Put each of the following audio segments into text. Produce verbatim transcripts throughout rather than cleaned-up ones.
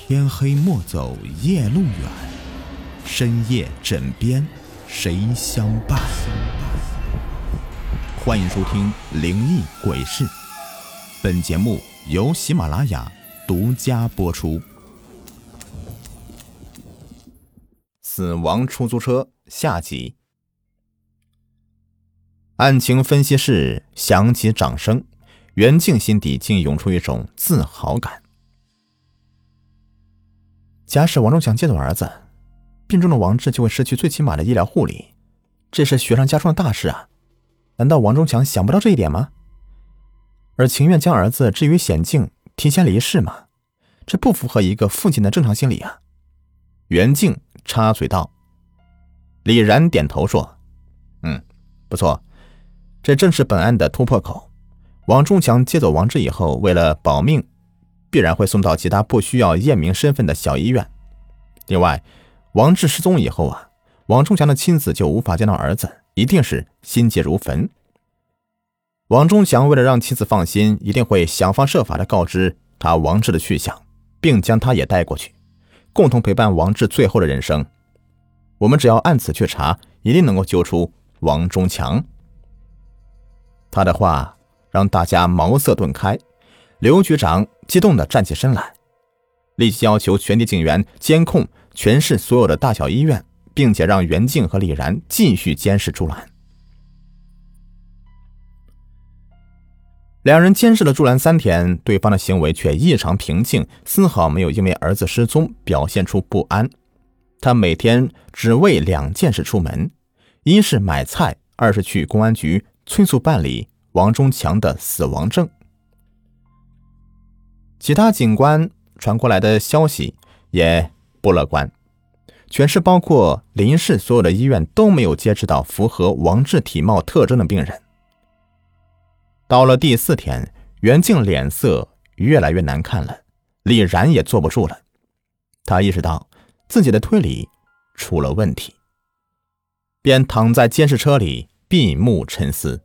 天黑莫走夜路远，深夜枕边谁相伴？欢迎收听灵异鬼事，本节目由喜马拉雅独家播出。死亡出租车下集。案情分析室响起掌声，袁静心底竟涌出一种自豪感。假使王忠强接走儿子，病中的王志就会失去最起码的医疗护理，这是雪上加霜的大事啊！难道王忠强想不到这一点吗？而情愿将儿子置于险境，提前离世吗？这不符合一个父亲的正常心理啊！袁静插嘴道。李然点头说：嗯，不错，这正是本案的突破口。王忠强接走王志以后，为了保命，必然会送到其他不需要验明身份的小医院。另外，王志失踪以后啊，王忠强的亲子就无法见到儿子，一定是心结如焚。王忠强为了让妻子放心，一定会想方设法的告知他王志的去向，并将他也带过去，共同陪伴王志最后的人生。我们只要按此去查，一定能够揪出王忠强。他的话让大家茅塞顿开，刘局长激动地站起身来，立即要求全体警员监控全市所有的大小医院，并且让袁静和李然继续监视朱兰。两人监视了朱兰三天，对方的行为却异常平静，丝毫没有因为儿子失踪表现出不安。他每天只为两件事出门，一是买菜，二是去公安局催促办理王忠强的死亡证。其他警官传过来的消息也不乐观，全市包括邻市所有的医院都没有接治到符合王志体貌特征的病人。到了第四天，袁静脸色越来越难看了，李然也坐不住了。他意识到自己的推理出了问题，便躺在监视车里闭目沉思。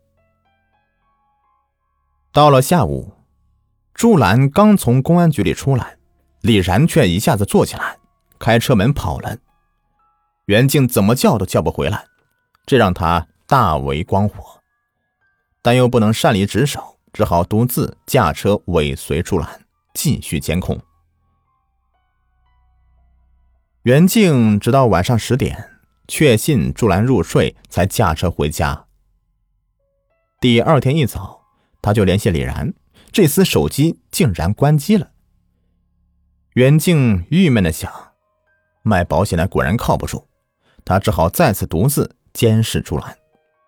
到了下午，朱兰刚从公安局里出来，李然却一下子坐起来，开车门跑了。袁静怎么叫都叫不回来，这让他大为光火，但又不能擅离职守，只好独自驾车尾随朱兰，继续监控。袁静直到晚上十点，确信朱兰入睡，才驾车回家。第二天一早，他就联系李然，这厮手机竟然关机了。袁静郁闷地想，卖保险的果然靠不住，他只好再次独自监视朱兰。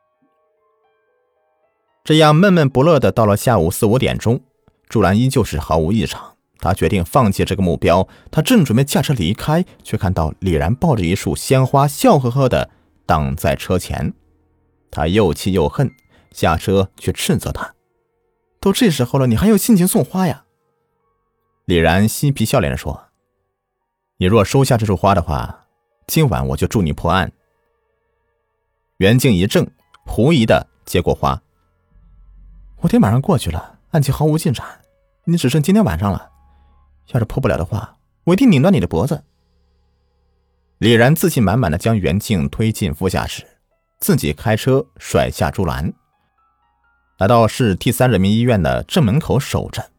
这样闷闷不乐的到了下午四五点钟，朱兰依旧是毫无异常。他决定放弃这个目标，他正准备驾车离开，却看到李然抱着一束鲜花，笑呵呵的挡在车前。他又气又恨，下车去斥责他：都这时候了，你还有心情送花呀？李然嬉皮笑脸地说：你若收下这束花的话，今晚我就助你破案。袁静一怔，狐疑的接过花：我天马上过去了，案情毫无进展，你只剩今天晚上了，要是破不了的话，我一定拧断你的脖子。李然自信满满的将袁静推进副驾驶，自己开车甩下朱兰，来到市第三人民医院的正门口守着。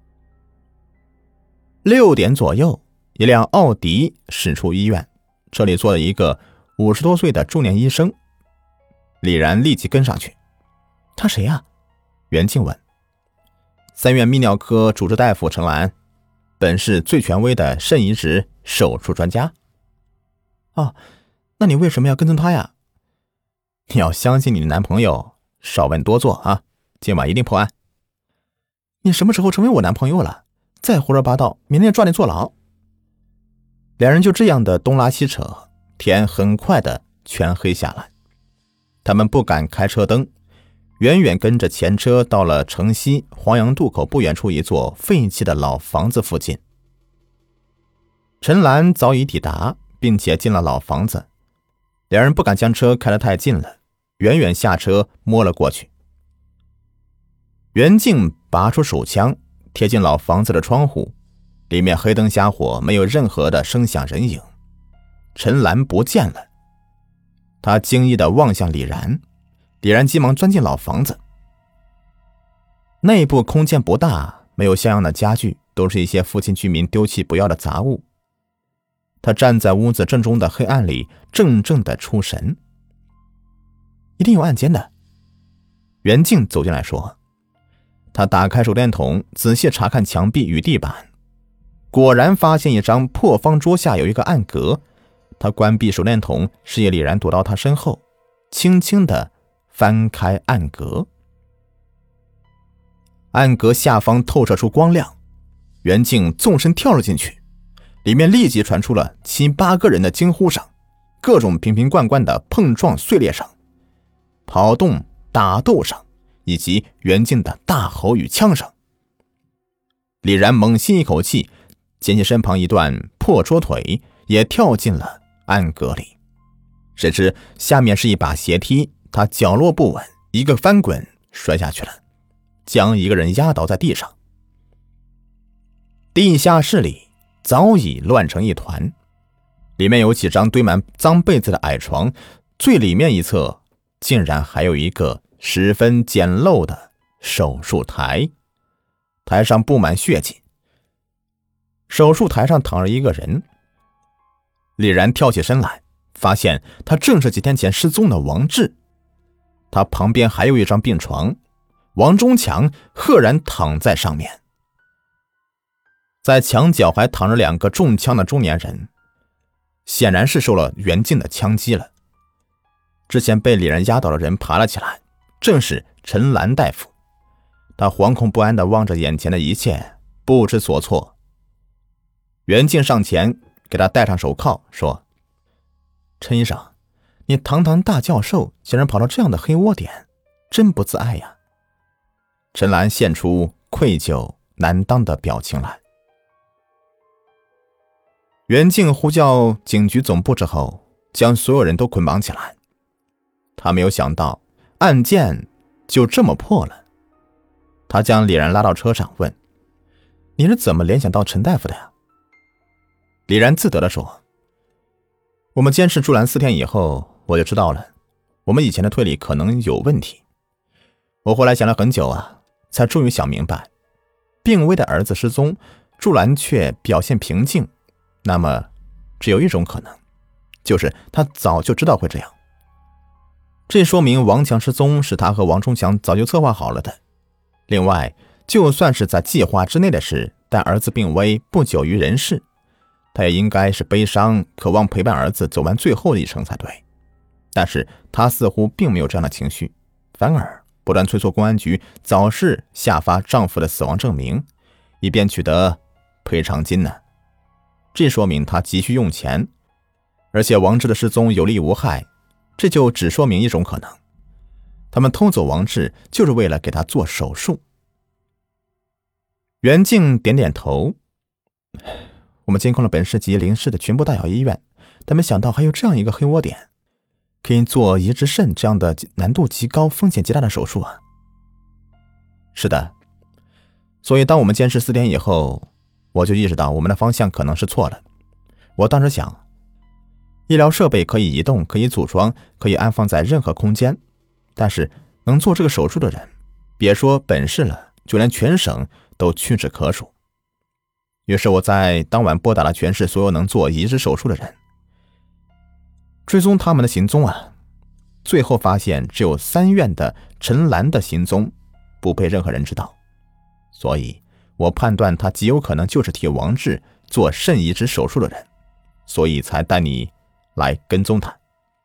六点左右，一辆奥迪驶出医院，车里坐了一个五十多岁的中年医生。李然立即跟上去。他谁啊？袁静问。三院泌尿科主治大夫陈兰，本是最权威的肾移植手术专家。哦，那你为什么要跟踪他呀？你要相信你的男朋友，少问多做啊，今晚一定破案。你什么时候成为我男朋友了？再胡说八道，明天抓你坐牢。两人就这样的东拉西扯，天很快的全黑下来。他们不敢开车灯，远远跟着前车到了城西黄杨渡口不远处一座废弃的老房子附近。陈兰早已抵达，并且进了老房子。两人不敢将车开得太近了，远远下车摸了过去。袁静拔出手枪，贴近老房子的窗户， 里面黑灯瞎火，没有任何的声响人影。陈兰不见了。他惊异地望向李然，李然急忙钻进老房子。内部空间不大，没有像样的家具，都是一些附近居民丢弃不要的杂物。他站在屋子正中的黑暗里，怔怔地出神。一定有暗间的。袁静走进来说，他打开手电筒，仔细查看墙壁与地板，果然发现一张破方桌下有一个暗格。他关闭手电筒，示意李然躲到他身后，轻轻地翻开暗格。暗格下方透射出光亮，袁静纵身跳了进去，里面立即传出了七八个人的惊呼声，各种瓶瓶罐罐的碰撞碎裂声，跑动打斗声，以及袁静的大吼与枪声。李然猛吸一口气，捡起身旁一段破桌腿，也跳进了暗格里。谁知下面是一把斜梯，他脚落不稳，一个翻滚摔下去了，将一个人压倒在地上。地下室里早已乱成一团，里面有几张堆满脏被子的矮床，最里面一侧竟然还有一个十分简陋的手术台，台上布满血迹。手术台上躺着一个人。李然跳起身来，发现他正是几天前失踪的王志。他旁边还有一张病床，王中强赫然躺在上面。在墙角还躺着两个中枪的中年人，显然是受了袁静的枪击了。之前被李然压倒的人爬了起来，正是陈兰大夫。他惶恐不安地望着眼前的一切，不知所措。袁静上前给他戴上手铐，说：陈医生，你堂堂大教授竟然跑到这样的黑窝点，真不自爱呀。陈兰现出愧疚难当的表情来。袁静呼叫警局总部之后，将所有人都捆绑起来。他没有想到案件就这么破了。他将李然拉到车上，问：你是怎么联想到陈大夫的呀？李然自得地说：我们监视朱兰四天以后，我就知道了，我们以前的推理可能有问题。我后来想了很久啊，才终于想明白，病危的儿子失踪，朱兰却表现平静，那么只有一种可能，就是他早就知道会这样。这说明王强失踪是他和王中强早就策划好了的。另外，就算是在计划之内的事，但儿子病危不久于人世，他也应该是悲伤，渴望陪伴儿子走完最后的一程才对。但是他似乎并没有这样的情绪，反而不断催促公安局早日下发丈夫的死亡证明，以便取得赔偿金呢。这说明他急需用钱，而且王志的失踪有利无害，这就只说明一种可能，他们偷走王志就是为了给他做手术。袁静点点头，我们监控了本市及邻市的全部大小医院，但没想到还有这样一个黑窝点，可以做移植肾这样的难度极高、风险极大的手术啊。是的，所以当我们监视四天以后，我就意识到我们的方向可能是错了。我当时想，医疗设备可以移动，可以组装，可以安放在任何空间，但是能做这个手术的人，别说本市了，就连全省都屈指可数。于是我在当晚拨打了全市所有能做移植手术的人，追踪他们的行踪啊，最后发现只有三院的陈兰的行踪不被任何人知道，所以我判断他极有可能就是替王志做肾移植手术的人，所以才带你来跟踪他。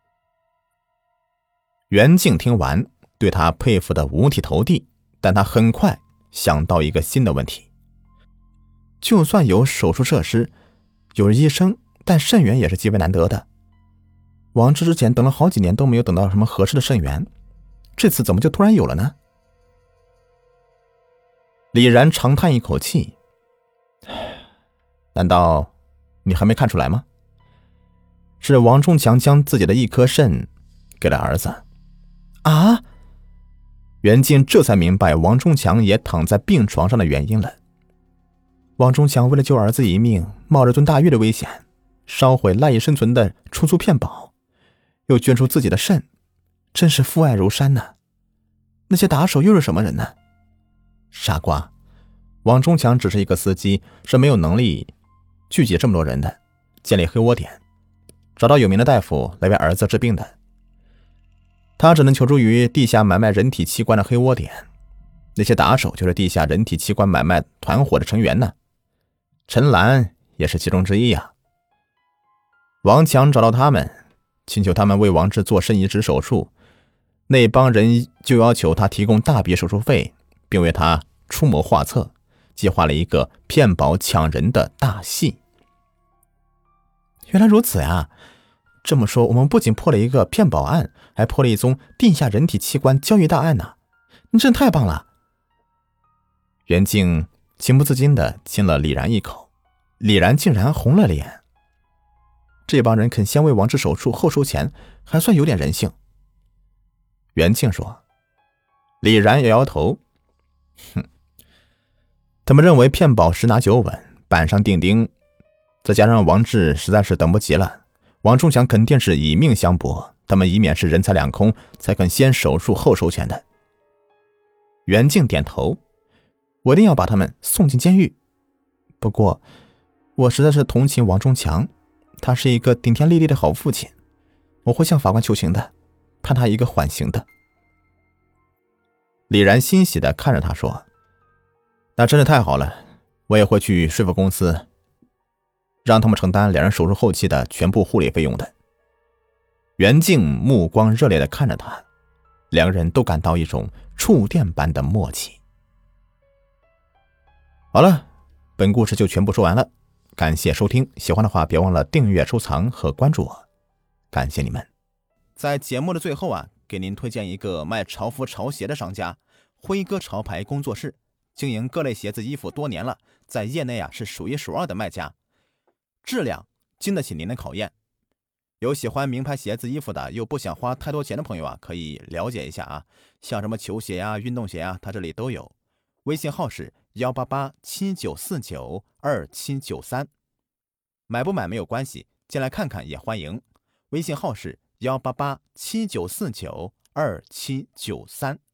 袁静听完，对他佩服得五体投地，但他很快想到一个新的问题，就算有手术设施，有医生，但肾源也是极为难得的。王志之前等了好几年都没有等到什么合适的肾源，这次怎么就突然有了呢？李然长叹一口气，难道你还没看出来吗？是王中强将自己的一颗肾给了儿子啊！袁静这才明白王中强也躺在病床上的原因了。 王中强为了救儿子一命，冒着蹲大狱的危险，烧毁赖以生存的出租骗保，又捐出自己的肾，真是父爱如山呐。那些打手又是什么人呢？傻瓜，王中强只是一个司机，是没有能力聚集这么多人的，建立黑窝点，找到有名的大夫来为儿子治病的。他只能求助于地下买卖人体器官的黑窝点，那些打手就是地下人体器官买卖团伙的成员呢。陈兰也是其中之一啊。王强找到他们，请求他们为王志做肾移植手术，那帮人就要求他提供大笔手术费，并为他出谋划策，计划了一个骗保抢人的大戏。原来如此呀！这么说，我们不仅破了一个骗保案，还破了一宗地下人体器官交易大案呢！你真太棒了！袁静情不自禁地亲了李然一口，李然竟然红了脸。这帮人肯先为王志手术后收钱，还算有点人性。袁静说。李然摇摇头，哼，他们认为骗保十拿九稳，板上钉钉，再加上王志实在是等不及了，王中强肯定是以命相搏，他们以免是人财两空，才肯先手术后收钱的。袁静点头，我一定要把他们送进监狱。不过我实在是同情王中强，他是一个顶天立地的好父亲，我会向法官求情的，判他一个缓刑的。李然欣喜地看着他说，那真是太好了，我也会去说服公司，让他们承担两人手术后期的全部护理费用的。袁静目光热烈地看着他，两个人都感到一种触电般的默契。好了，本故事就全部说完了，感谢收听，喜欢的话别忘了订阅、收藏和关注我，感谢你们。在节目的最后啊，给您推荐一个卖潮服潮鞋的商家，辉哥潮牌工作室，经营各类鞋子衣服多年了，在业内啊是数一数二的卖家，质量经得起您的考验。有喜欢名牌鞋子衣服的，又不想花太多钱的朋友啊，可以了解一下啊，像什么球鞋啊、运动鞋啊，他这里都有。微信号是幺八八七九四九二七九三，买不买没有关系，进来看看也欢迎。微信号是幺八八七九四九二七九三。